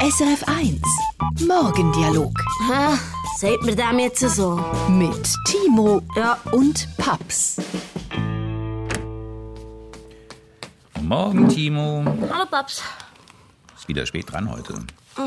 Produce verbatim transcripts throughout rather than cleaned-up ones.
S R F eins Morgendialog. Ha, sagt mir dem jetzt so? Mit Timo Ja. und Paps. Morgen, Timo. Hallo, Paps. Ist wieder spät dran heute.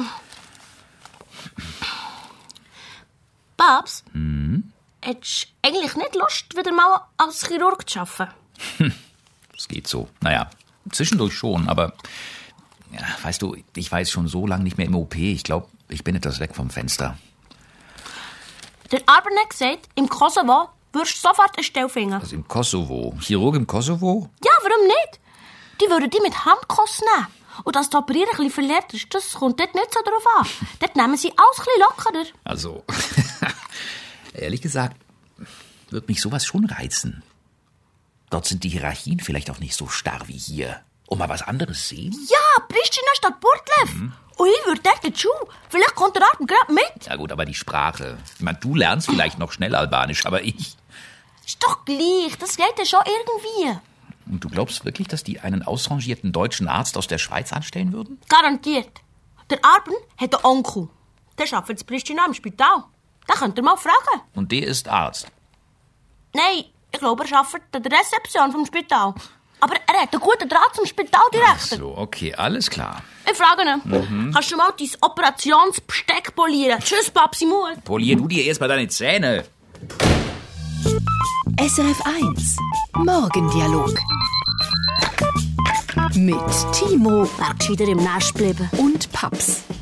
Paps? Hm? Hättest du eigentlich nicht Lust, wieder mal als Chirurg zu arbeiten? Es geht so. Naja, zwischendurch schon, aber... Ja, weißt du, ich war jetzt schon so lange nicht mehr im O P. Ich glaube, ich bin etwas weg vom Fenster. Der Arben hat gesagt, im Kosovo würdest du sofort eine Stelle finden. Also im Kosovo? Chirurg im Kosovo? Ja, warum nicht? Die würden die mit Handkuss nehmen. Und dass du Operieren ein bisschen verlernt ist, das kommt dort nicht so drauf an. Dort nehmen sie alles ein bisschen lockerer. Also, ehrlich gesagt, wird mich sowas schon reizen. Dort sind die Hierarchien vielleicht auch nicht so starr wie hier. Und mal was anderes sehen? Ja, Pristina statt Burtlev. Mhm. Und ich würde dort in die Schule. Vielleicht kommt der Arben gerade mit. Ja gut, aber die Sprache. Ich meine, du lernst vielleicht noch schnell Albanisch, aber ich... Ist doch gleich, das geht ja schon irgendwie. Und du glaubst wirklich, dass die einen ausrangierten deutschen Arzt aus der Schweiz anstellen würden? Garantiert. Der Arben hat einen Onkel. Der arbeitet in Pristina im Spital. Da könnt ihr mal fragen. Und der ist Arzt? Nein, ich glaube, er arbeitet an der Rezeption vom Spital. Aber er hat einen guten Draht zum Spitaldirektor. Ach so, okay, alles klar. Ich frage ihn. Mhm. Kannst du mal dein Operationsbesteck polieren? Tschüss, Papsi Mut. Polier du dir erst mal deine Zähne. S R F eins Morgendialog. Mit Timo Wärst wieder im Nest bleiben. und Paps.